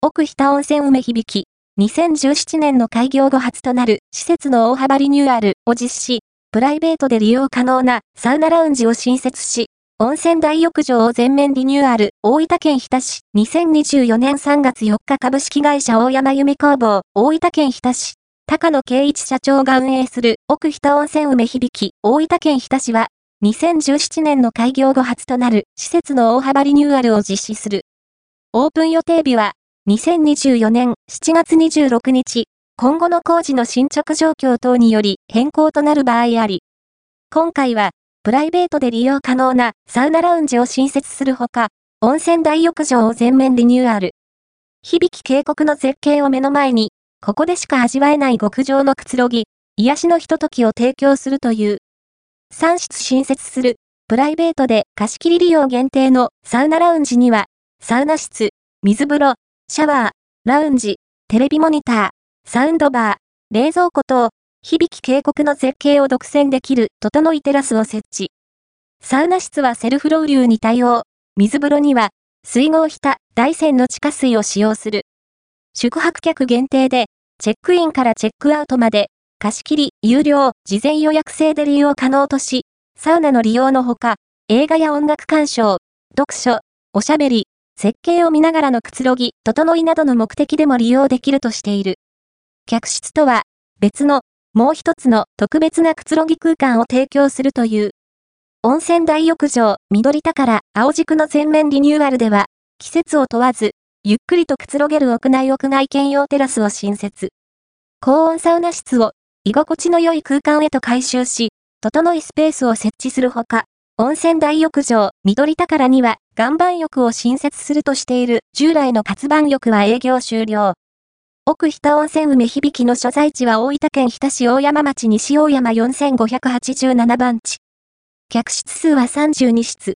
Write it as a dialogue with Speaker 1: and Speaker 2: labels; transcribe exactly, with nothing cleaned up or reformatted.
Speaker 1: 奥日田温泉梅響。にせんじゅうななねんの開業後初となる施設の大幅リニューアルを実施。プライベートで利用可能なサウナラウンジを新設し、温泉大浴場を全面リニューアル。大分県日田市。にせんにじゅうよねんさんがつよっか株式会社大山由美工房。大分県日田市。高野圭一社長が運営する奥日田温泉梅響。大分県日田市は、にせんじゅうななねんの開業後初となる施設の大幅リニューアルを実施する。オープン予定日は、にせんにじゅうよねんしちがつにじゅうろくにち。今後の工事の進捗状況等により変更となる場合あり。今回は、プライベートで利用可能なサウナラウンジを新設するほか、温泉大浴場を全面リニューアル。響渓谷の絶景を目の前に、ここでしか味わえない極上のくつろぎ、癒しのひとときを提供するという。さんしつ新設する、プライベートで貸し切り利用限定のサウナラウンジには、サウナ室、水風呂、シャワー、ラウンジ、テレビモニター、サウンドバー、冷蔵庫等、響渓谷の絶景を独占できる整いテラスを設置。サウナ室はセルフロウリュに対応。水風呂には、水合日田大山の地下水を使用する。宿泊客限定で、チェックインからチェックアウトまで、貸し切り、有料、事前予約制で利用可能とし、サウナの利用のほか、映画や音楽鑑賞、読書、おしゃべり、絶景を見ながらのくつろぎ、整いなどの目的でも利用できるとしている。客室とは、別の、もう一つの特別なくつろぎ空間を提供するという。温泉大浴場、緑宝、青軸の全面リニューアルでは、季節を問わず、ゆっくりとくつろげる屋内屋外兼用テラスを新設。高温サウナ室を、居心地の良い空間へと改修し、整いスペースを設置するほか、温泉大浴場、緑宝には、岩盤浴を新設するとしている従来の活板浴は営業終了。奥日田温泉梅響の所在地は大分県日田市大山町西大山よんせんごひゃくはちじゅうななばんち。客室数はさんじゅうにしつ。